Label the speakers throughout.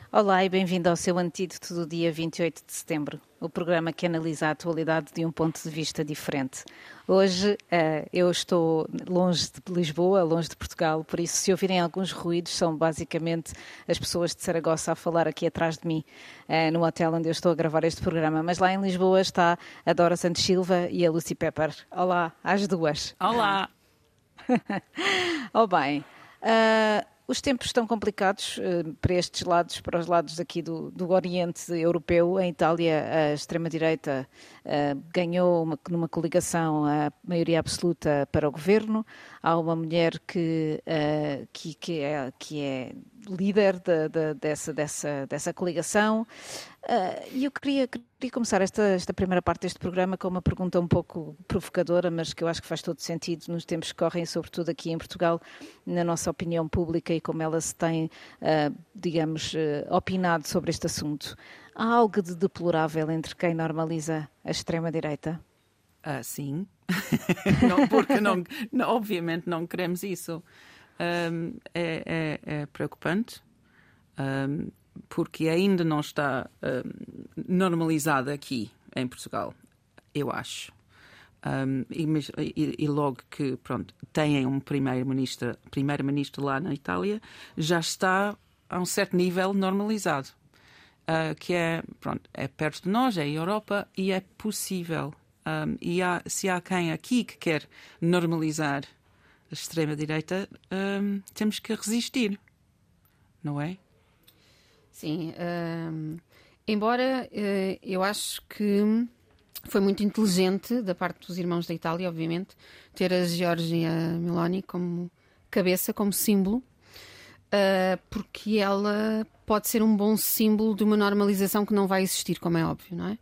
Speaker 1: Olá e bem-vindo ao seu antídoto do dia 28 de setembro, o programa que analisa a atualidade de um ponto de vista diferente. Hoje eu estou longe de Lisboa, longe de Portugal, por isso se ouvirem alguns ruídos são basicamente as pessoas de Saragossa a falar aqui atrás de mim, no hotel onde eu estou a gravar este programa. Mas lá em Lisboa está a Dora Santos Silva e a Lucy Pepper. Olá, às duas.
Speaker 2: Olá!
Speaker 1: Oh bem... os tempos estão complicados para estes lados, para os lados aqui do Oriente Europeu. Em Itália, a extrema-direita ganhou numa coligação a maioria absoluta para o governo. Há uma mulher que é líder dessa coligação. E eu queria começar esta primeira parte deste programa com uma pergunta um pouco provocadora, mas que eu acho que faz todo sentido nos tempos que correm, sobretudo aqui em Portugal, na nossa opinião pública e como ela se tem, opinado sobre este assunto. Há algo de deplorável entre quem normaliza a extrema-direita?
Speaker 2: Sim, não, porque obviamente não queremos isso. É preocupante, porque ainda não está normalizada aqui em Portugal, eu acho. E logo que têm um primeiro-ministro lá na Itália, já está a um certo nível normalizado, que é perto de nós, é a Europa e é possível. Se há quem aqui que quer normalizar a extrema-direita, temos que resistir, não é?
Speaker 3: Sim, embora eu acho que foi muito inteligente da parte dos irmãos da Itália, obviamente, ter a Giorgia Meloni como cabeça, como símbolo, porque ela pode ser um bom símbolo de uma normalização que não vai existir, como é óbvio, não é?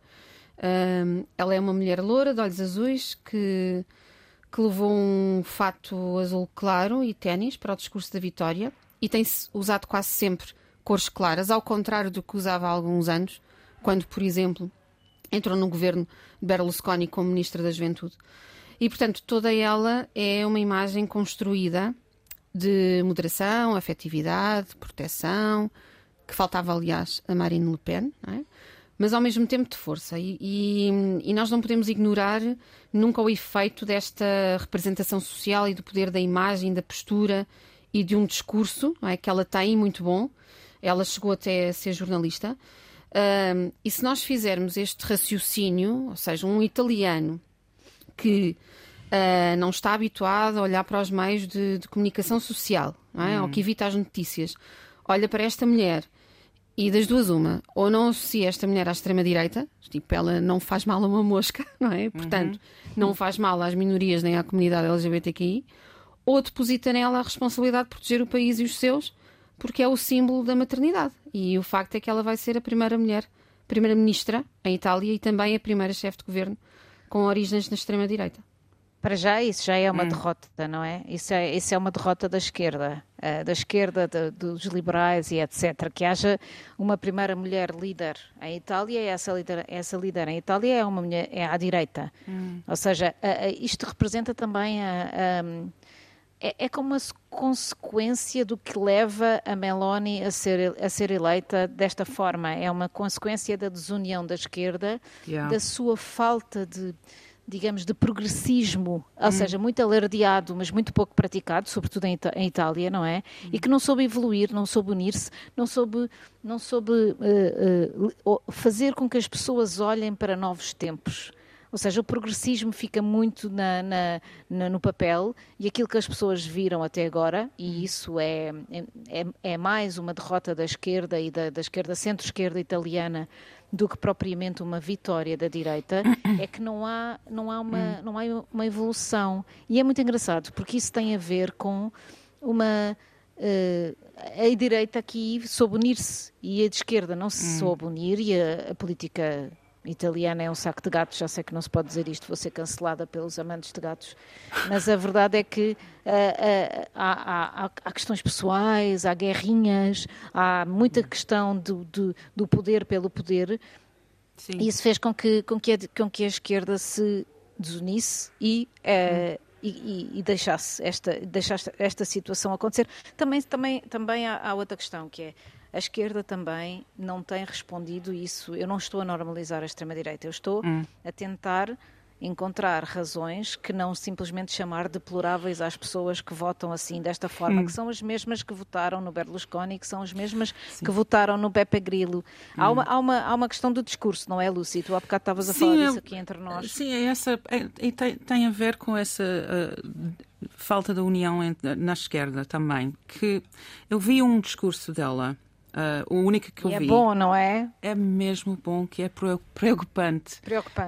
Speaker 3: Ela é uma mulher loura, de olhos azuis, que levou um fato azul claro e ténis para o discurso da vitória e tem-se usado quase sempre cores claras, ao contrário do que usava há alguns anos, quando, por exemplo, entrou no governo de Berlusconi como Ministra da Juventude. E, portanto, toda ela é uma imagem construída de moderação, afetividade, proteção, que faltava, aliás, a Marine Le Pen, não é? Mas ao mesmo tempo de força. E nós não podemos ignorar nunca o efeito desta representação social e do poder da imagem, da postura e de um discurso, não é, que ela tem muito bom. Ela chegou até a ser jornalista. E se nós fizermos este raciocínio, ou seja, um italiano que não está habituado a olhar para os meios de comunicação social, não é? Ou que evita as notícias, olha para esta mulher e das duas uma, ou não associa esta mulher à extrema-direita, tipo, ela não faz mal a uma mosca, não é? Portanto, não faz mal às minorias nem à comunidade LGBTQI, ou deposita nela a responsabilidade de proteger o país e os seus, porque é o símbolo da maternidade. E o facto é que ela vai ser a primeira mulher, primeira-ministra em Itália e também a primeira chefe de governo com origens na extrema-direita.
Speaker 1: Para já, isso já é uma derrota, não é? Isso é uma derrota da esquerda, dos liberais e etc. Que haja uma primeira mulher líder em Itália e essa líder em Itália é uma mulher à direita. Ou seja, isto representa também é como uma consequência do que leva a Meloni a ser eleita desta forma. É uma consequência da desunião da esquerda, da sua falta de progressismo, ou seja, muito alardeado, mas muito pouco praticado, sobretudo em Itália, não é? E que não soube evoluir, não soube unir-se, não soube fazer com que as pessoas olhem para novos tempos. Ou seja, o progressismo fica muito no papel e aquilo que as pessoas viram até agora, e isso é mais uma derrota da esquerda e da esquerda centro-esquerda italiana do que propriamente uma vitória da direita, é que não há uma evolução. E é muito engraçado, porque isso tem a ver com a direita aqui soube unir-se e a de esquerda não se soube unir e a política italiana é um saco de gatos. Já sei que não se pode dizer isto, vou ser cancelada pelos amantes de gatos, mas a verdade é que há questões pessoais, há guerrinhas, há muita questão do poder pelo poder. Sim. E isso fez com que a esquerda se desunisse e e deixasse esta situação acontecer. Também há outra questão, que é a esquerda também não tem respondido isso. Eu não estou a normalizar a extrema-direita, eu estou a tentar encontrar razões que não simplesmente chamar deploráveis às pessoas que votam assim, desta forma, que são as mesmas que votaram no Berlusconi, que são as mesmas que votaram no Beppe Grillo. Há uma questão do discurso, não é, Lucy? Tu há bocado estavas a falar disso aqui entre nós.
Speaker 2: Sim, tem a ver com essa falta de união na esquerda também, que eu vi um discurso dela. O único que eu vi.
Speaker 1: É bom, não é?
Speaker 2: É mesmo bom, que é preocupante.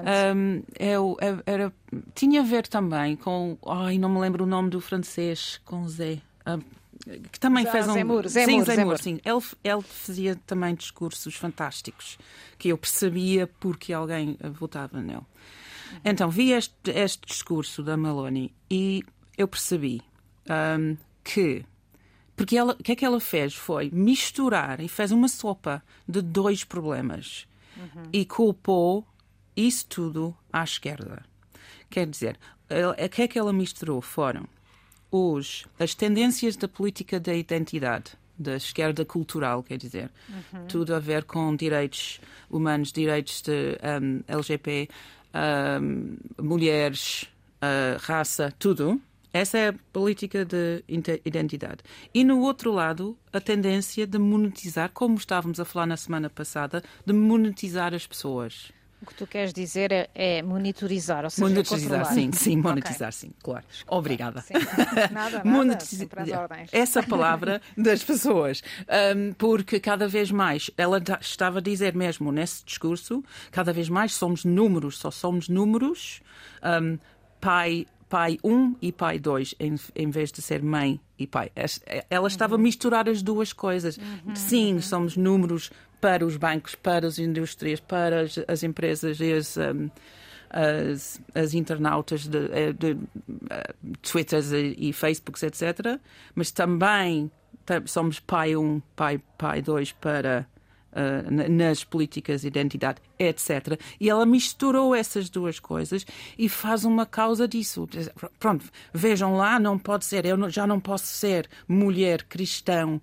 Speaker 2: Tinha a ver também com. Ai, não me lembro o nome do francês, com Zé. Que também fez um.
Speaker 1: Zemmour.
Speaker 2: Sim. Ele fazia também discursos fantásticos, que eu percebia porque alguém votava nele. Então, vi este discurso da Meloni e eu percebi que. Porque o que é que ela fez foi misturar e fez uma sopa de dois problemas e culpou isso tudo à esquerda. Quer dizer, o que é que ela misturou? Foram as tendências da política da identidade, da esquerda cultural, quer dizer, tudo a ver com direitos humanos, direitos de LGBT, mulheres, raça, tudo. Essa é a política de identidade. E, no outro lado, a tendência de monetizar, como estávamos a falar na semana passada, de monetizar as pessoas.
Speaker 1: O que tu queres dizer é monitorizar, ou seja,
Speaker 2: monetizar,
Speaker 1: controlar.
Speaker 2: sim, monetizar, sim, claro.
Speaker 1: Desculpa.
Speaker 2: Obrigada.
Speaker 1: Sim. Nada, sempre às ordens.
Speaker 2: Essa palavra das pessoas. Porque cada vez mais, ela estava a dizer mesmo nesse discurso, cada vez mais somos números, só somos números, pai 1 e pai 2, em vez de ser mãe e pai. Ela estava a misturar as duas coisas. Sim, somos números para os bancos, para as indústrias, para as empresas e as internautas de Twitters e Facebooks, etc. Mas também somos pai 1, pai 2 para... nas políticas de identidade, etc. E ela misturou essas duas coisas e faz uma causa disso. Pronto, vejam lá, não pode ser, já não posso ser mulher, cristão,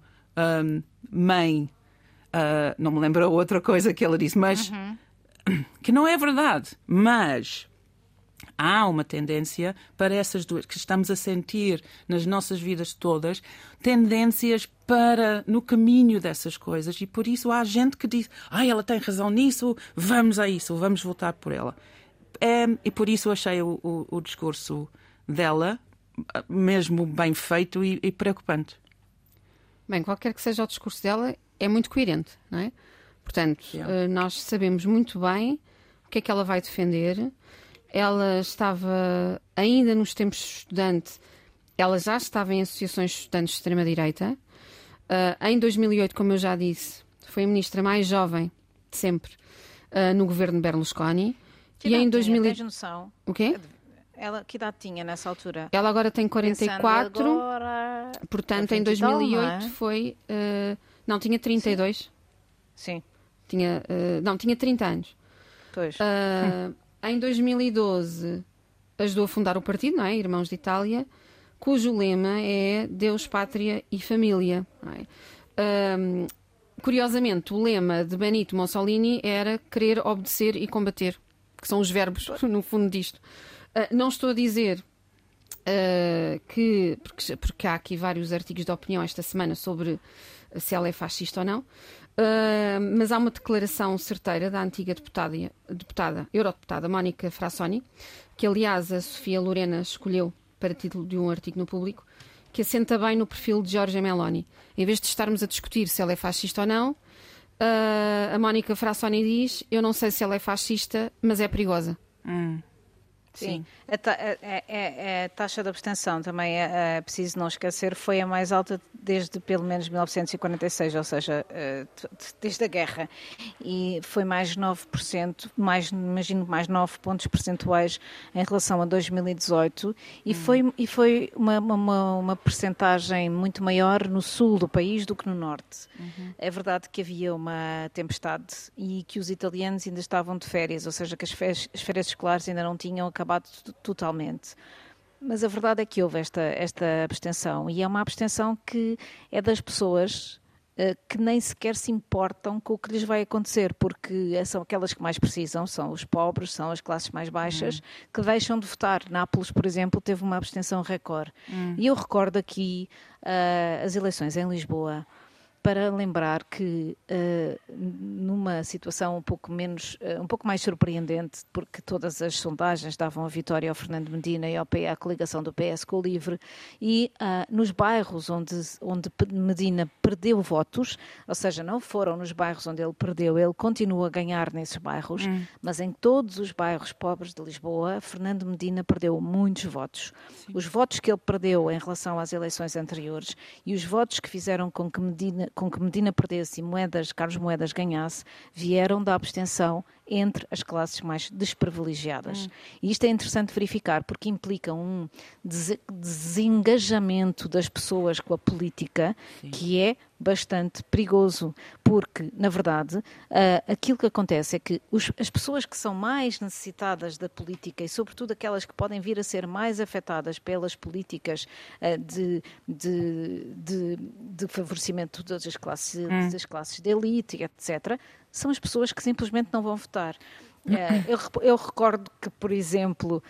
Speaker 2: mãe, não me lembro a outra coisa que ela disse, mas que não é verdade, mas há uma tendência para essas duas, que estamos a sentir nas nossas vidas todas, tendências para no caminho dessas coisas, e por isso há gente que diz, ela tem razão nisso, vamos a isso, vamos votar por ela. E por isso achei o discurso dela mesmo bem feito e preocupante.
Speaker 3: Bem, qualquer que seja o discurso dela, é muito coerente, não é? Portanto, nós sabemos muito bem o que é que ela vai defender. Ela estava, ainda nos tempos de estudante, ela já estava em associações de estudantes de extrema-direita. Em 2008, como eu já disse, foi a ministra mais jovem de sempre no governo Berlusconi.
Speaker 1: Que idade em 2008, tens noção?
Speaker 3: O quê?
Speaker 1: Que idade tinha nessa altura?
Speaker 3: Ela agora tem 44.
Speaker 1: Agora...
Speaker 3: Portanto, em 2008 foi... não, tinha 32.
Speaker 1: Sim.
Speaker 3: Tinha 30 anos.
Speaker 1: Pois.
Speaker 3: Em 2012 ajudou a fundar o partido, não é? Irmãos de Itália, cujo lema é Deus, Pátria e Família. Não é? Curiosamente, o lema de Benito Mussolini era querer, obedecer e combater, que são os verbos, no fundo, disto. Não estou a dizer que... Porque há aqui vários artigos de opinião esta semana sobre se ela é fascista ou não, mas há uma declaração certeira da antiga eurodeputada Mónica Frassoni, que aliás a Sofia Lorena escolheu para título de um artigo no Público, que assenta bem no perfil de Giorgia Meloni. Em vez de estarmos a discutir se ela é fascista ou não, a Mónica Frassoni diz: eu não sei se ela é fascista, mas é perigosa.
Speaker 1: Sim. A taxa de abstenção também é preciso não esquecer, foi a mais alta desde pelo menos 1946, ou seja, desde a guerra. E foi mais 9%, imagino mais 9 pontos percentuais em relação a 2018. E foi uma percentagem muito maior no sul do país do que no norte. É verdade que havia uma tempestade e que os italianos ainda estavam de férias, ou seja, que as férias escolares ainda não tinham acabado totalmente. Mas a verdade é que houve esta abstenção, e é uma abstenção que é das pessoas que nem sequer se importam com o que lhes vai acontecer, porque são aquelas que mais precisam, são os pobres, são as classes mais baixas, que deixam de votar. Nápoles, por exemplo, teve uma abstenção recorde. E eu recordo aqui as eleições em Lisboa, para lembrar que numa situação um pouco mais surpreendente, porque todas as sondagens davam a vitória ao Fernando Medina e à coligação do PS com o LIVRE, e nos bairros onde Medina perdeu votos, ou seja, não foram nos bairros onde ele perdeu, ele continua a ganhar nesses bairros, mas em todos os bairros pobres de Lisboa, Fernando Medina perdeu muitos votos. Sim. Os votos que ele perdeu em relação às eleições anteriores e os votos que fizeram com que Medina perdesse e Carlos Moedas ganhasse, vieram da abstenção entre as classes mais desprivilegiadas. E isto é interessante verificar, porque implica um desengajamento das pessoas com a política, sim, que é bastante perigoso, porque, na verdade, aquilo que acontece é que as pessoas que são mais necessitadas da política e, sobretudo, aquelas que podem vir a ser mais afetadas pelas políticas de favorecimento das classes de elite, etc., são as pessoas que simplesmente não vão votar. Eu recordo que, por exemplo,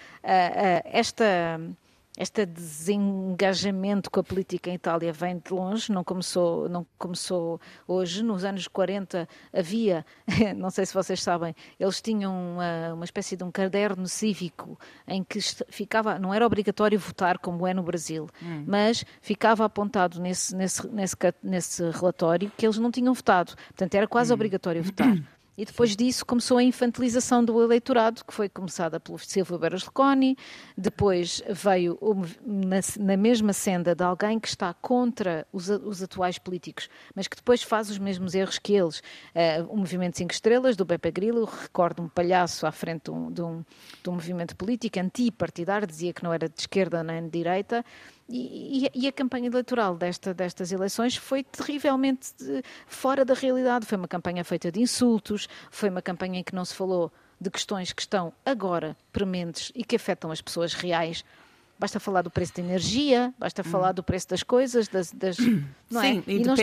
Speaker 1: este desengajamento com a política em Itália vem de longe, não começou hoje. Nos anos 40 havia, não sei se vocês sabem, eles tinham uma espécie de um caderno cívico em que não era obrigatório votar como é no Brasil, mas ficava apontado nesse relatório que eles não tinham votado. Portanto, era quase obrigatório votar. E depois disso começou a infantilização do eleitorado, que foi começada pelo Silvio Berlusconi, depois veio na mesma senda de alguém que está contra os atuais políticos, mas que depois faz os mesmos erros que eles. O Movimento 5 Estrelas, do Beppe Grillo, recordo um palhaço à frente de um movimento político antipartidário, dizia que não era de esquerda nem de direita. E a campanha eleitoral destas eleições foi terrivelmente fora da realidade. Foi uma campanha feita de insultos, foi uma campanha em que não se falou de questões que estão agora prementes e que afetam as pessoas reais. Basta falar do preço da energia, basta falar do preço das coisas, não é?
Speaker 2: Sim,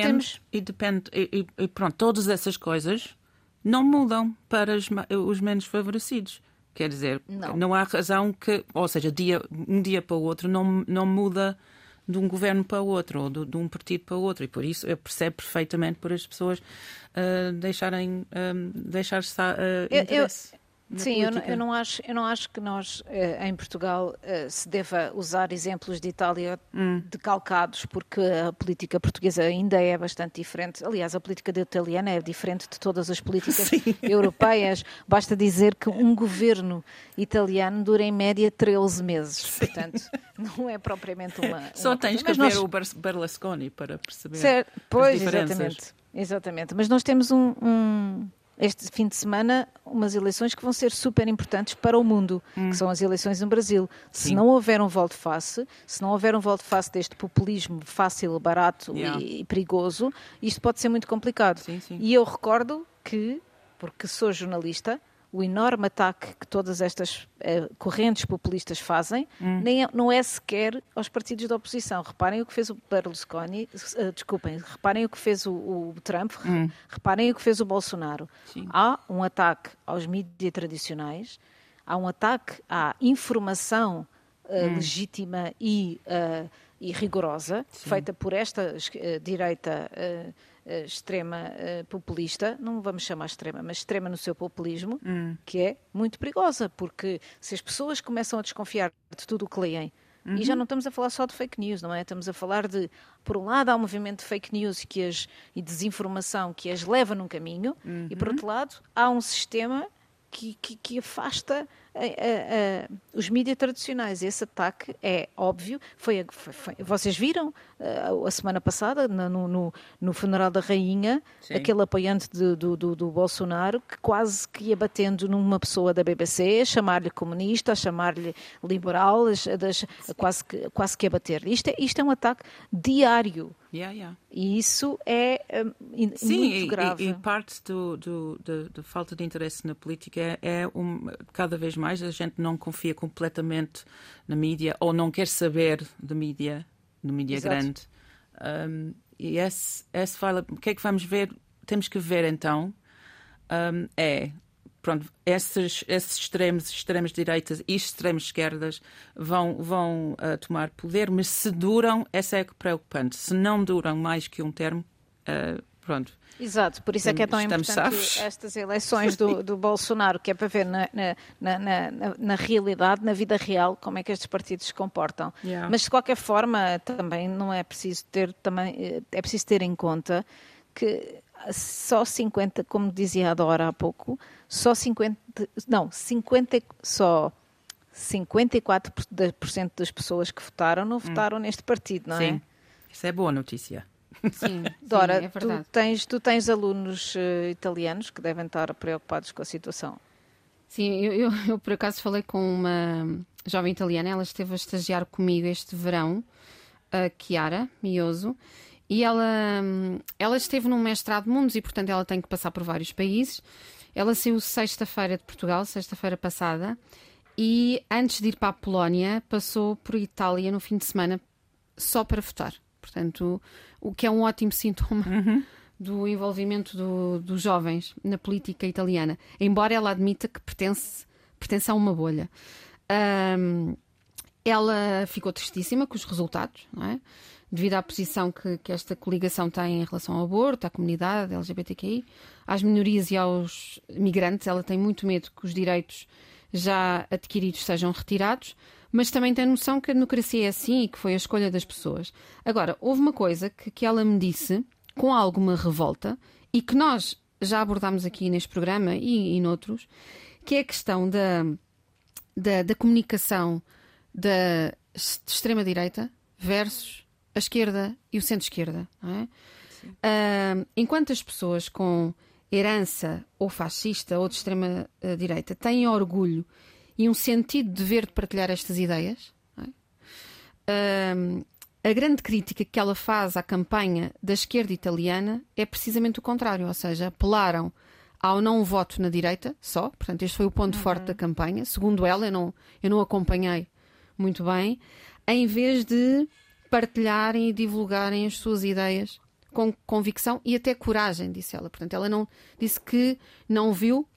Speaker 2: e pronto, todas essas coisas não mudam para os menos favorecidos. Quer dizer, não há razão que, ou seja, um dia para o outro não muda de um governo para o outro, ou de um partido para o outro. E por isso eu percebo perfeitamente por as pessoas deixarem interesse.
Speaker 1: Sim, eu não acho que nós, em Portugal, se deva usar exemplos de Itália decalcados, porque a política portuguesa ainda é bastante diferente. Aliás, a política italiana é diferente de todas as políticas europeias. Basta dizer que um governo italiano dura, em média, 13 meses. Sim. Portanto, não é propriamente uma
Speaker 2: Só tens que ver o Berlusconi para perceber
Speaker 1: pois,
Speaker 2: as diferenças.
Speaker 1: Exatamente. Mas nós temos este fim de semana, umas eleições que vão ser super importantes para o mundo, que são as eleições no Brasil. Se não houver um volte-face, deste populismo fácil, barato e perigoso, isto pode ser muito complicado.
Speaker 2: Sim.
Speaker 1: E eu recordo que, porque sou jornalista, o enorme ataque que todas estas correntes populistas fazem não é sequer aos partidos da oposição. Reparem o que fez o Berlusconi, reparem o que fez o Trump, reparem o que fez o Bolsonaro. Sim. Há um ataque aos mídias tradicionais, há um ataque à informação legítima e rigorosa, feita por esta direita extrema populista, não vamos chamar extrema, mas extrema no seu populismo, que é muito perigosa, porque se as pessoas começam a desconfiar de tudo o que leem, e já não estamos a falar só de fake news, não é? Estamos a falar de, por um lado, há um movimento de fake news e desinformação que as leva num caminho, e por outro lado, há um sistema que afasta os mídias tradicionais. Esse ataque é óbvio. Vocês viram a semana passada, no funeral da rainha, aquele apoiante do Bolsonaro que quase que ia batendo numa pessoa da BBC, a chamar-lhe comunista, a chamar-lhe liberal, quase que ia bater. Isto é um ataque diário. E isso é muito grave.
Speaker 2: E parte da falta de interesse na política é cada vez mais mais a gente não confia completamente na mídia ou não quer saber da mídia, do mídia grande. E esse fala, o que é que vamos ver? Temos que ver então pronto, esses extremos direitas e extremos esquerdas vão tomar poder, mas se duram, essa é preocupante. Se não duram mais que um termo, pronto.
Speaker 1: Exato, por isso é que é tão importante estas eleições do Bolsonaro, que é para ver na realidade, na vida real, como é que estes partidos se comportam.
Speaker 2: Yeah.
Speaker 1: Mas de qualquer forma, também não é preciso é preciso ter em conta que só 50, como dizia a Dora há pouco, só 54% das pessoas que votaram não votaram neste partido, não é?
Speaker 2: Sim, isso é boa notícia.
Speaker 3: Sim,
Speaker 1: Dora,
Speaker 3: é verdade.
Speaker 1: tu tens alunos italianos que devem estar preocupados com a situação.
Speaker 3: Sim, eu por acaso falei com uma jovem italiana, ela esteve a estagiar comigo este verão, a Chiara Mioso, e ela esteve num mestrado de mundos e, portanto, ela tem que passar por vários países. Ela saiu sexta-feira de Portugal, sexta-feira passada, e antes de ir para a Polónia, passou por Itália no fim de semana só para votar. Portanto, o que é um ótimo sintoma do envolvimento dos jovens na política italiana. Embora ela admita que pertence a uma bolha. Ela ficou tristíssima com os resultados, não é? Devido à posição que esta coligação tem em relação ao aborto, à comunidade LGBTQI, às minorias e aos migrantes. Ela tem muito medo que os direitos já adquiridos sejam retirados, mas também tem noção que a democracia é assim e que foi a escolha das pessoas. Agora, houve uma coisa que ela me disse, com alguma revolta, e que nós já abordámos aqui neste programa e noutros, que é a questão da comunicação da extrema-direita versus a esquerda e o centro-esquerda. Não é? Enquanto as pessoas com herança ou fascista ou de extrema-direita têm orgulho e um sentido de dever de partilhar estas ideias, não é? A grande crítica que ela faz à campanha da esquerda italiana é precisamente o contrário, ou seja, apelaram ao não voto na direita só, portanto este foi o ponto forte da campanha, segundo ela, eu não acompanhei muito bem, em vez de partilharem e divulgarem as suas ideias com convicção e até coragem, disse ela. Portanto, ela não disse que não viu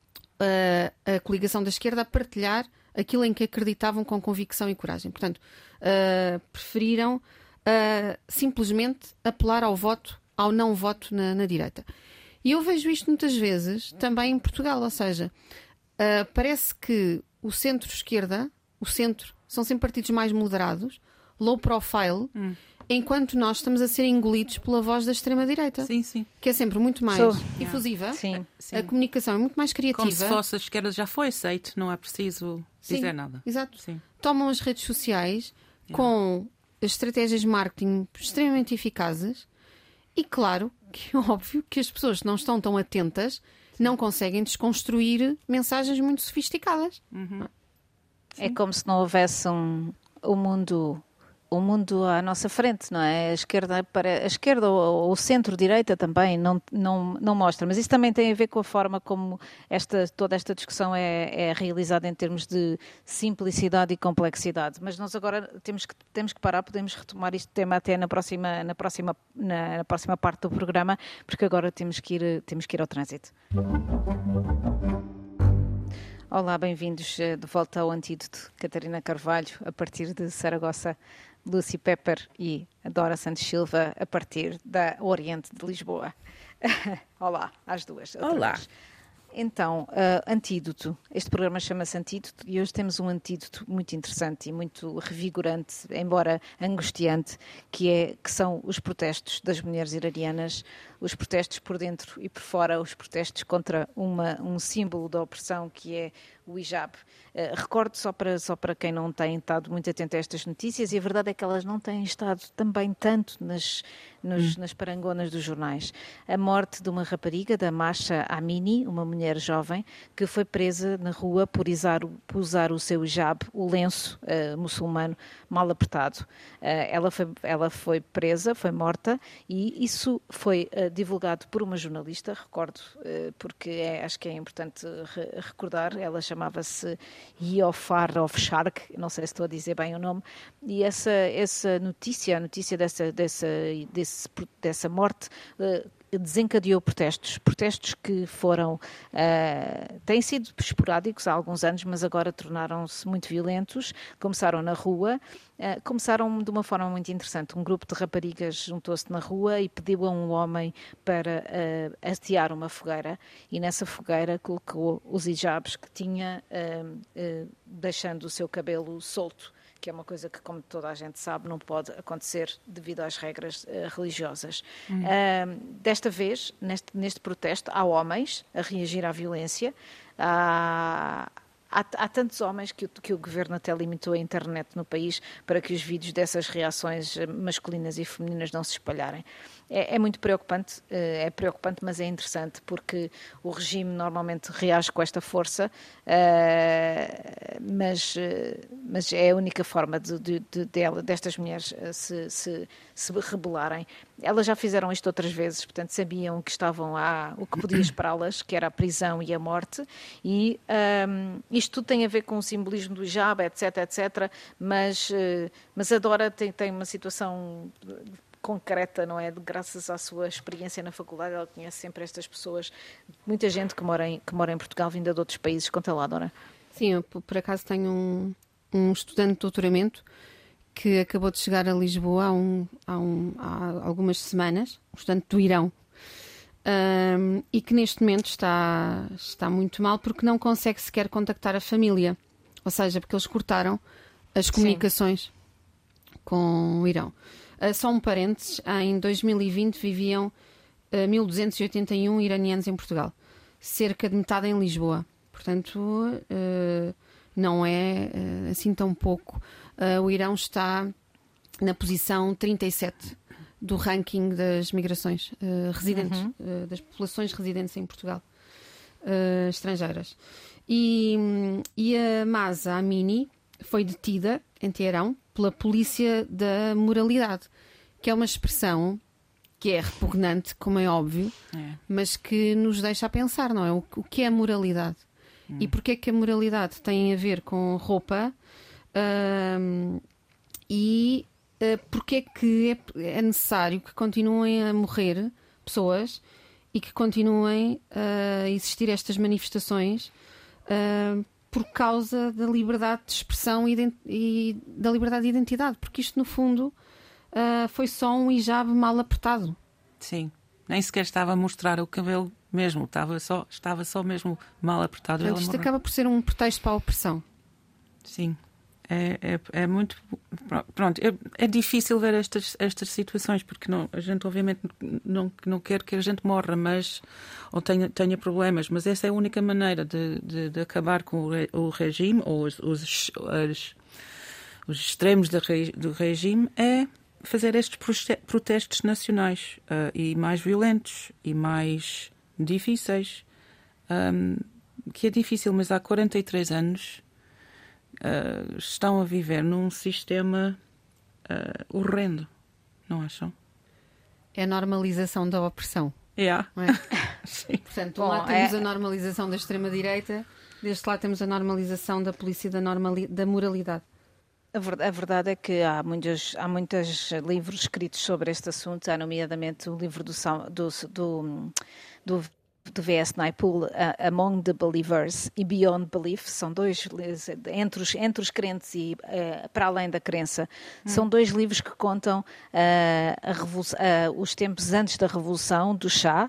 Speaker 3: a coligação da esquerda a partilhar aquilo em que acreditavam com convicção e coragem. Portanto, preferiram simplesmente apelar ao não voto na direita. E eu vejo isto muitas vezes também em Portugal, ou seja, parece que o centro-esquerda, o centro, são sempre partidos mais moderados, low profile, enquanto nós estamos a ser engolidos pela voz da extrema-direita.
Speaker 2: Sim, sim.
Speaker 3: Que é sempre muito mais efusiva.
Speaker 1: Sim.
Speaker 3: A comunicação é muito mais criativa.
Speaker 2: Como se fosse a esquerda já foi aceito, não é preciso dizer nada.
Speaker 3: Exato.
Speaker 2: Sim.
Speaker 3: Tomam as redes sociais com estratégias de marketing extremamente eficazes e, claro, que é óbvio que as pessoas que não estão tão atentas não conseguem desconstruir mensagens muito sofisticadas.
Speaker 1: É como se não houvesse um mundo à nossa frente, não é? A esquerda ou o centro-direita também não mostra, mas isso também tem a ver com a forma como toda esta discussão é realizada em termos de simplicidade e complexidade. Mas nós agora temos que parar, podemos retomar este tema até na próxima parte do programa, porque agora temos que ir ao trânsito. Olá, bem-vindos de volta ao Antídoto. Catarina Carvalho, a partir de Saragossa, Lucy Pepper e Dora Santos Silva, a partir da Oriente de Lisboa. Olá, às duas.
Speaker 2: Olá.
Speaker 1: Vez. Então, Antídoto. Este programa chama-se Antídoto e hoje temos um antídoto muito interessante e muito revigorante, embora angustiante, que são os protestos das mulheres iranianas, os protestos por dentro e por fora, os protestos contra um símbolo da opressão que é o hijab. Recordo só para quem não tem estado muito atento a estas notícias, e a verdade é que elas não têm estado também tanto nas parangonas dos jornais. A morte de uma rapariga, da Masha Amini, uma mulher jovem, que foi presa na rua por usar o seu hijab, o lenço muçulmano mal apertado. Ela foi presa, foi morta, e isso foi divulgado por uma jornalista, recordo, porque acho que é importante recordar, ela chamava-se Iofar of Shark, não sei se estou a dizer bem o nome, e essa notícia, a notícia dessa morte, desencadeou protestos que têm sido esporádicos há alguns anos, mas agora tornaram-se muito violentos, começaram na rua, começaram de uma forma muito interessante. Um grupo de raparigas juntou-se na rua e pediu a um homem para atear uma fogueira, e nessa fogueira colocou os hijabs que tinha, deixando o seu cabelo solto, que é uma coisa que, como toda a gente sabe, não pode acontecer devido às regras religiosas. Desta vez, neste protesto, há homens a reagir à violência. Há tantos homens que o governo até limitou a internet no país para que os vídeos dessas reações masculinas e femininas não se espalharem. É muito preocupante, mas é interessante, porque o regime normalmente reage com esta força, mas é a única forma destas mulheres se rebelarem. Elas já fizeram isto outras vezes, portanto sabiam que estavam o que podia esperá-las, que era a prisão e a morte, e isto tudo tem a ver com o simbolismo do hijab, etc, mas a Dora tem uma situação concreta, não é? Graças à sua experiência na faculdade, ela conhece sempre estas pessoas, muita gente que mora em Portugal, vinda de outros países. Conta lá, Dora.
Speaker 3: Sim, eu por acaso tenho um estudante de doutoramento que acabou de chegar a Lisboa há algumas semanas, um estudante do Irão, e que neste momento está muito mal porque não consegue sequer contactar a família, ou seja, porque eles cortaram as comunicações com o Irão. Só um parênteses, em 2020 viviam 1.281 iranianos em Portugal, cerca de metade em Lisboa. Portanto, não é assim tão pouco. O Irão está na posição 37 do ranking das migrações residentes, das populações residentes em Portugal, estrangeiras. E a Mahsa Amini foi detida em Teherão pela polícia da moralidade, que é uma expressão que é repugnante, como é óbvio, mas que nos deixa a pensar, não é? O que é moralidade? E porquê é que a moralidade tem a ver com roupa? E porquê é que é necessário que continuem a morrer pessoas e que continuem a existir estas manifestações por causa da liberdade de expressão e da liberdade de identidade? Porque isto, no fundo, foi só um hijab mal apertado.
Speaker 2: Sim, nem sequer estava a mostrar o cabelo mesmo, estava só mesmo mal apertado.
Speaker 3: Portanto, isto acaba por ser um pretexto para a opressão.
Speaker 2: Sim, é muito... Pronto, é difícil ver estas situações, porque a gente obviamente não quer que a gente morra, ou tenha problemas, mas essa é a única maneira de acabar com o regime, ou os extremos do regime, é fazer estes protestos nacionais, e mais violentos e mais difíceis, que é difícil, mas há 43 anos estão a viver num sistema horrendo, não acham?
Speaker 3: É a normalização da opressão.
Speaker 2: Não é?
Speaker 3: Sim. Portanto, de um lado temos a normalização da extrema-direita, deste lado temos a normalização da polícia da moralidade.
Speaker 1: A verdade é que há muitos livros escritos sobre este assunto, há nomeadamente o livro do V.S. Naipaul, Among the Believers e Beyond Belief, são dois, entre os crentes e para além da crença, são dois livros que contam os tempos antes da Revolução do Shah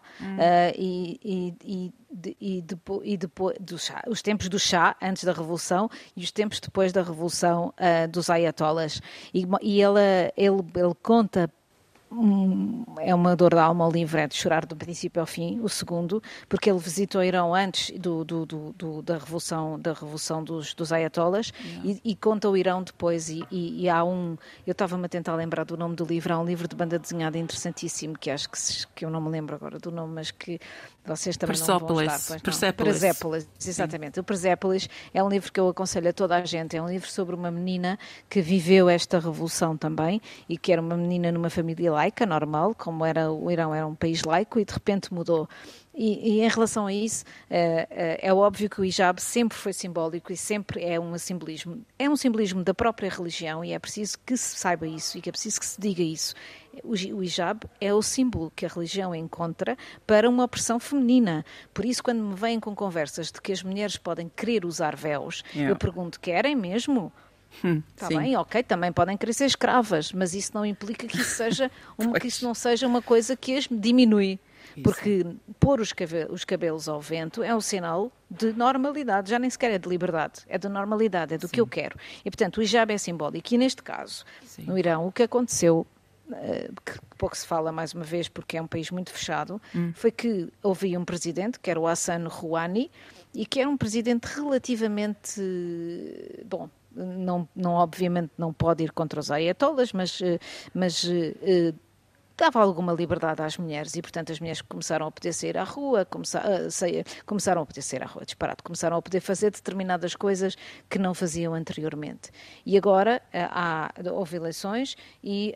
Speaker 1: e depois os tempos do Shah antes da Revolução e os tempos depois da Revolução dos Ayatollahs. E ele conta. É uma dor da alma o livro, é de chorar do princípio ao fim, o segundo, porque ele visitou o Irão antes da revolução dos Ayatollahs e conta o Irão depois, e há eu estava-me a tentar lembrar do nome do livro, há um livro de banda desenhada interessantíssimo, que acho que eu não me lembro agora do nome, mas que vocês também não vão estar. Persépolis, exatamente. Sim. O Persépolis é um livro que eu aconselho a toda a gente, é um livro sobre uma menina que viveu esta revolução também, e que era uma menina numa família laica, normal, como era o Irão era um país laico e de repente mudou. E em relação a isso, é óbvio que o hijab sempre foi simbólico e sempre é um simbolismo da própria religião e é preciso que se saiba isso e que é preciso que se diga isso. O hijab é o símbolo que a religião encontra para uma opressão feminina. Por isso, quando me vêm com conversas de que as mulheres podem querer usar véus, eu pergunto, querem mesmo? Está bem, ok, também podem querer ser escravas, mas isso não implica que isso não seja uma coisa que as diminui. Porque pôr os cabelos ao vento é um sinal de normalidade, já nem sequer é de liberdade, é de normalidade, é do que eu quero. E, portanto, o hijab é simbólico. E, neste caso, no Irão, o que aconteceu, que pouco se fala mais uma vez porque é um país muito fechado, foi que houve um presidente, que era o Hassan Rouhani, e que era um presidente relativamente, bom, não obviamente não pode ir contra os ayatollahs, mas dava alguma liberdade às mulheres e, portanto, as mulheres começaram a poder sair à rua, começaram a poder sair à rua, disparado, começaram a poder fazer determinadas coisas que não faziam anteriormente. E agora houve eleições e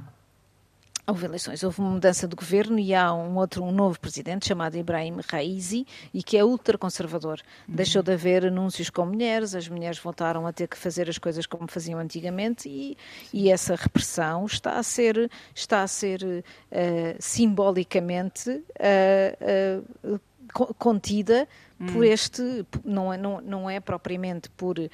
Speaker 1: houve uma mudança de governo e há um novo presidente chamado Ibrahim Raisi e que é ultraconservador. Deixou de haver anúncios com mulheres, as mulheres voltaram a ter que fazer as coisas como faziam antigamente e essa repressão está a ser simbolicamente contida por não é propriamente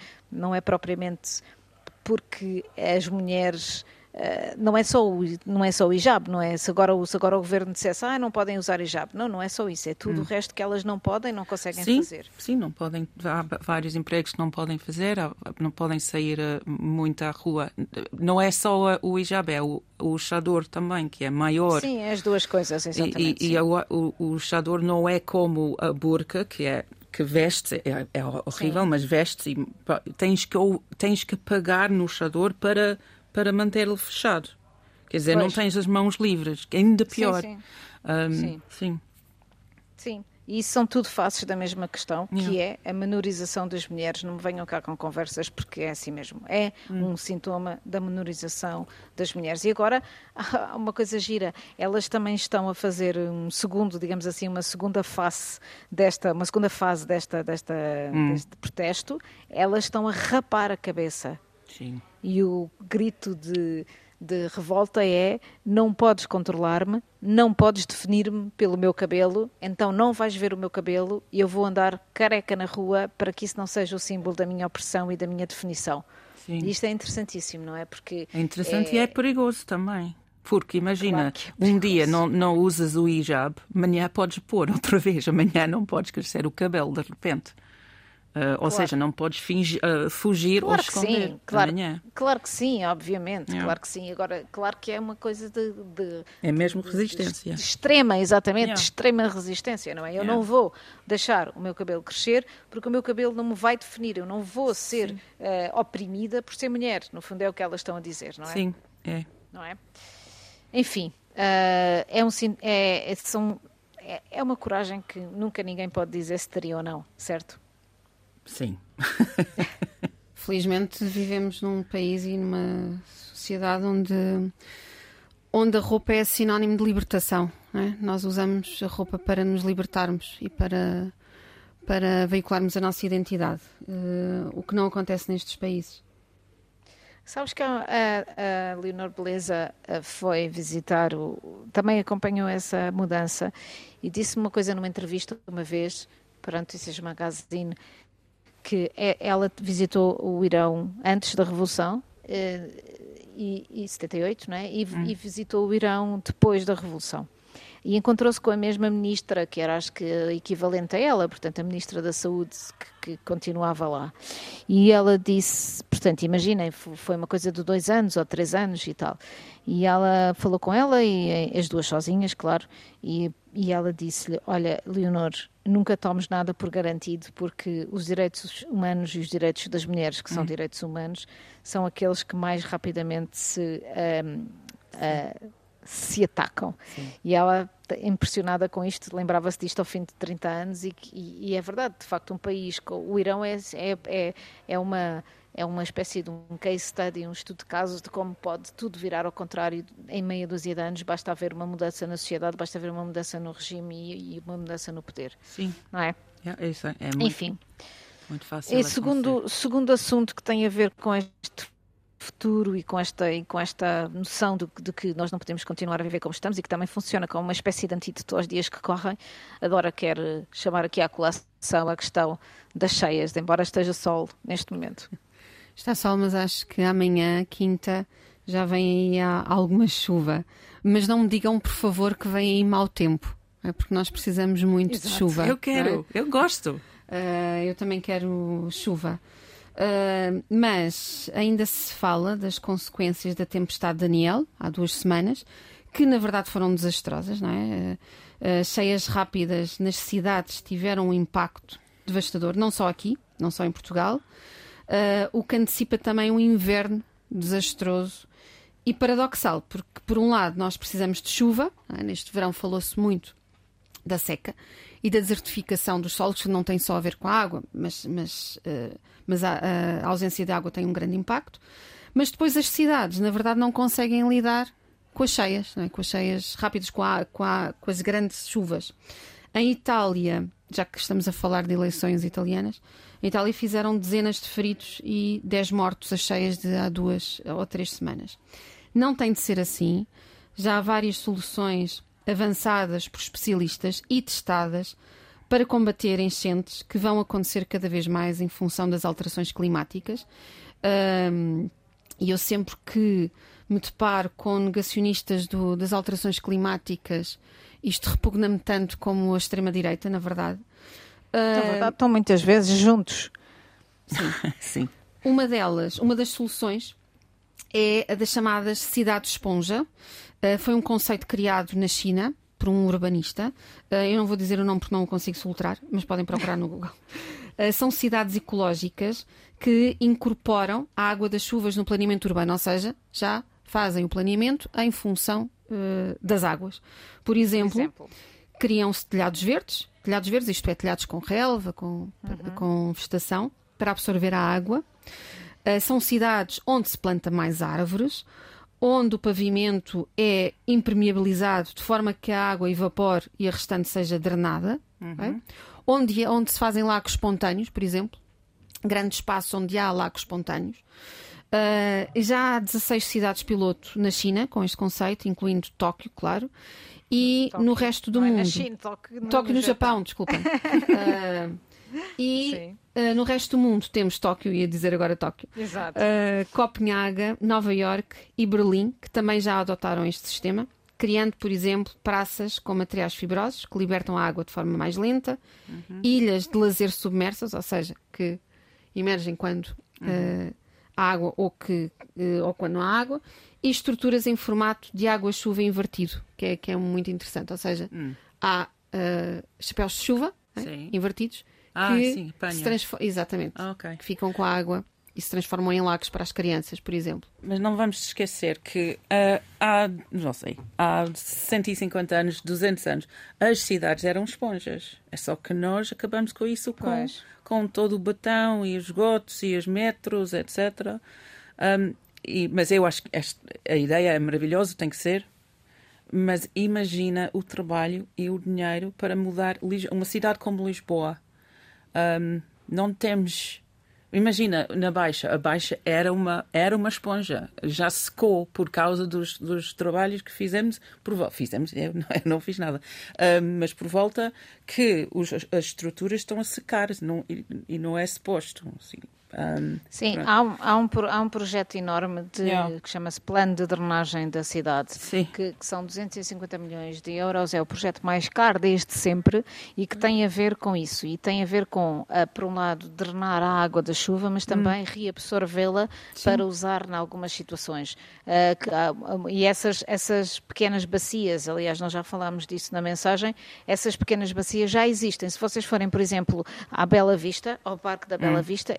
Speaker 1: porque as mulheres não é só o hijab, não é? Se agora o governo dissesse não podem usar hijab, não é só isso, é tudo o resto que elas não conseguem fazer.
Speaker 2: Sim, não podem, há vários empregos que não podem fazer, não podem sair muito à rua. Não é só o hijab, é o chador também, que é maior.
Speaker 1: Sim, as duas coisas, exatamente.
Speaker 2: E o chador não é como a burca, que veste, é horrível, mas veste e tens que pagar no chador para mantê-lo fechado. Quer dizer, não tens as mãos livres, que é ainda pior.
Speaker 1: Sim. E isso são tudo faces da mesma questão, que é a menorização das mulheres. Não me venham cá com conversas, porque é assim mesmo. É um sintoma da menorização das mulheres. E agora, há uma coisa gira. Elas também estão a fazer uma segunda fase deste protesto. Elas estão a rapar a cabeça.
Speaker 2: Sim.
Speaker 1: E o grito de revolta é: não podes controlar-me, não podes definir-me pelo meu cabelo, então não vais ver o meu cabelo e eu vou andar careca na rua para que isso não seja o símbolo da minha opressão e da minha definição. Sim. E isto é interessantíssimo, não é? Porque
Speaker 2: é interessante e é perigoso também. Porque imagina, um dia não usas o hijab, amanhã podes pôr outra vez, amanhã não podes crescer o cabelo de repente. Ou seja, não podes fugir ou esconder.
Speaker 1: Claro que sim, obviamente. Claro que sim. Agora, claro que é uma coisa
Speaker 2: é mesmo resistência.
Speaker 1: De extrema, exatamente, de extrema resistência, não é? Eu não vou deixar o meu cabelo crescer porque o meu cabelo não me vai definir. Eu não vou ser oprimida por ser mulher. No fundo é o que elas estão a dizer, não é?
Speaker 2: Sim, é.
Speaker 1: Não é? Enfim, é uma coragem que nunca ninguém pode dizer se teria ou não, certo?
Speaker 2: Sim.
Speaker 3: Felizmente vivemos num país e numa sociedade onde a roupa é sinónimo de libertação, não é? Nós usamos a roupa para nos libertarmos e para veicularmos a nossa identidade, o que não acontece nestes países.
Speaker 1: Sabes que a Leonor Beleza foi visitar, também acompanhou essa mudança e disse uma coisa numa entrevista uma vez para a Notícias Magazine, que ela visitou o Irão antes da Revolução, e 78, não é? E visitou o Irão depois da Revolução. E encontrou-se com a mesma ministra, que era, acho que, equivalente a ela, portanto, a ministra da Saúde, que continuava lá. E ela disse, portanto, imaginem, foi uma coisa de 2 anos ou 3 anos e tal. E ela falou com ela, e as duas sozinhas, claro, e ela disse-lhe: olha, Leonor, nunca tomes nada por garantido, porque os direitos humanos e os direitos das mulheres, que são direitos humanos, são aqueles que mais rapidamente se se atacam. Sim. E ela, impressionada com isto, lembrava-se disto ao fim de 30 anos e é verdade, de facto, um país, o Irão é uma espécie de um case study, um estudo de casos de como pode tudo virar ao contrário em meia dúzia de anos. Basta haver uma mudança na sociedade, basta haver uma mudança no regime e uma mudança no poder.
Speaker 2: Sim.
Speaker 1: Não é?
Speaker 2: Isso é muito,
Speaker 1: enfim,
Speaker 2: muito fácil.
Speaker 1: E segundo assunto que tem a ver com este futuro e com esta noção de que nós não podemos continuar a viver como estamos e que também funciona como uma espécie de antídoto aos dias que correm. A Dora quer chamar aqui à colação a questão das cheias, embora esteja sol neste momento.
Speaker 3: Está sol, mas acho que amanhã, quinta, já vem aí alguma chuva. Mas não me digam, por favor, que vem aí mau tempo. É porque nós precisamos muito de chuva.
Speaker 2: Eu quero, eu gosto.
Speaker 3: Eu também quero chuva. Mas ainda se fala das consequências da tempestade Daniel, há 2 semanas, que na verdade foram desastrosas, não é? Cheias rápidas nas cidades tiveram um impacto devastador, não só aqui, não só em Portugal, o que antecipa também um inverno desastroso e paradoxal, porque por um lado nós precisamos de chuva, não é? Neste verão falou-se muito da seca e da desertificação dos solos, que não tem só a ver com a água, mas a ausência de água tem um grande impacto. Mas depois as cidades, na verdade, não conseguem lidar com as cheias, não é? Com as cheias rápidas, com as grandes chuvas. Em Itália, já que estamos a falar de eleições italianas, em Itália fizeram dezenas de feridos e 10 mortos as cheias de há 2 ou 3 semanas. Não tem de ser assim. Já há várias soluções avançadas por especialistas e testadas para combater enchentes que vão acontecer cada vez mais em função das alterações climáticas. E eu sempre que me deparo com negacionistas das alterações climáticas, isto repugna-me tanto como a extrema-direita, na verdade.
Speaker 1: Na verdade, estão muitas vezes juntos.
Speaker 3: Sim.
Speaker 2: Sim.
Speaker 3: Uma das soluções é a das chamadas cidades-esponja. Foi um conceito criado na China por um urbanista. Eu não vou dizer o nome porque não o consigo soletrar, mas podem procurar no Google. São cidades ecológicas que incorporam a água das chuvas no planeamento urbano, ou seja, já fazem o planeamento em função das águas. Por exemplo, criam-se telhados verdes, isto é, telhados com relva, com vegetação, para absorver a água. São cidades onde se planta mais árvores, onde o pavimento é impermeabilizado de forma que a água evapore e a restante seja drenada, onde se fazem lagos espontâneos, por exemplo, grande espaço onde há lagos espontâneos. Já há 16 cidades piloto na China com este conceito, incluindo Tóquio, claro, e
Speaker 1: Tóquio.
Speaker 3: No resto do mundo.
Speaker 1: Na China,
Speaker 3: Tóquio no Japão, desculpem. No resto do mundo temos Tóquio, ia dizer agora Tóquio.
Speaker 1: Exato.
Speaker 3: Copenhaga, Nova Iorque e Berlim, que também já adotaram este sistema, criando, por exemplo, praças com materiais fibrosos que libertam a água de forma mais lenta, ilhas de lazer submersas, ou seja, que emergem quando há água ou quando não há água, e estruturas em formato de água-chuva invertido, que é muito interessante. Ou seja, há chapéus de chuva invertidos que se transformam, exatamente, que ficam com a água e se transformam em lagos para as crianças, por exemplo.
Speaker 2: Mas não vamos esquecer que há 150 anos, 200 anos, as cidades eram esponjas. É só que nós acabamos com isso com todo o betão e os esgotos e os metros, etc. Mas eu acho que a ideia é maravilhosa, tem que ser. Mas imagina o trabalho e o dinheiro para mudar uma cidade como Lisboa. Não temos... Imagina, na Baixa. A Baixa era uma esponja. Já secou por causa dos trabalhos que fizemos. Eu não fiz nada. Mas por volta que as estruturas estão a secar e não é suposto. Assim.
Speaker 1: Sim, há um projeto enorme que chama-se Plano de Drenagem da Cidade, que são 250 milhões de euros, é o projeto mais caro desde sempre e que tem a ver com isso, e tem a ver com, por um lado, drenar a água da chuva, mas também reabsorvê-la para usar em algumas situações. E essas pequenas bacias, aliás, nós já falámos disso na mensagem, essas pequenas bacias já existem. Se vocês forem, por exemplo, à Bela Vista, ao Parque da Bela Vista, eles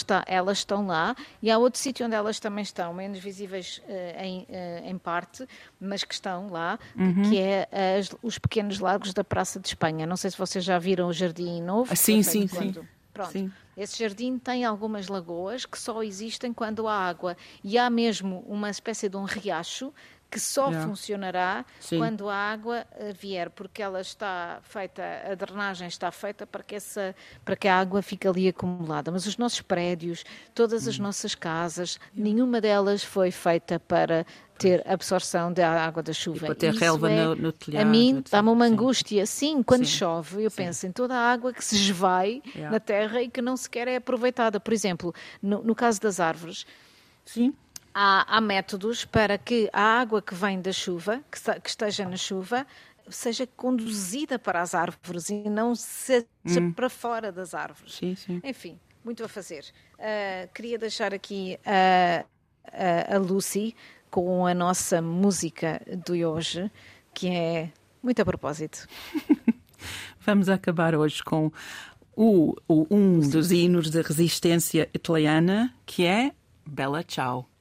Speaker 1: elas estão lá, e há outro sítio onde elas também estão, menos visíveis em parte, mas que estão lá, que é os pequenos lagos da Praça de Espanha. Não sei se vocês já viram o Jardim Novo.
Speaker 2: Sim.
Speaker 1: Pronto.
Speaker 2: Sim.
Speaker 1: Esse jardim tem algumas lagoas que só existem quando há água. E há mesmo uma espécie de um riacho que só funcionará quando a água vier, porque ela está feita, a drenagem está feita para que a água fique ali acumulada. Mas os nossos prédios, todas as nossas casas, nenhuma delas foi feita para ter absorção da água da chuva.
Speaker 2: Para ter relva no telhado.
Speaker 1: A mim dá-me uma angústia. Sim, quando chove, eu penso em toda a água que se esvai na terra e que não sequer é aproveitada. Por exemplo, no caso das árvores, há métodos para que a água que vem da chuva, que esteja na chuva, seja conduzida para as árvores e não seja para fora das árvores.
Speaker 2: Sim.
Speaker 1: Enfim, muito a fazer. Queria deixar aqui a Lucy com a nossa música de hoje, que é muito a propósito.
Speaker 2: Vamos acabar hoje com um dos hinos da resistência italiana, que é Bella Ciao.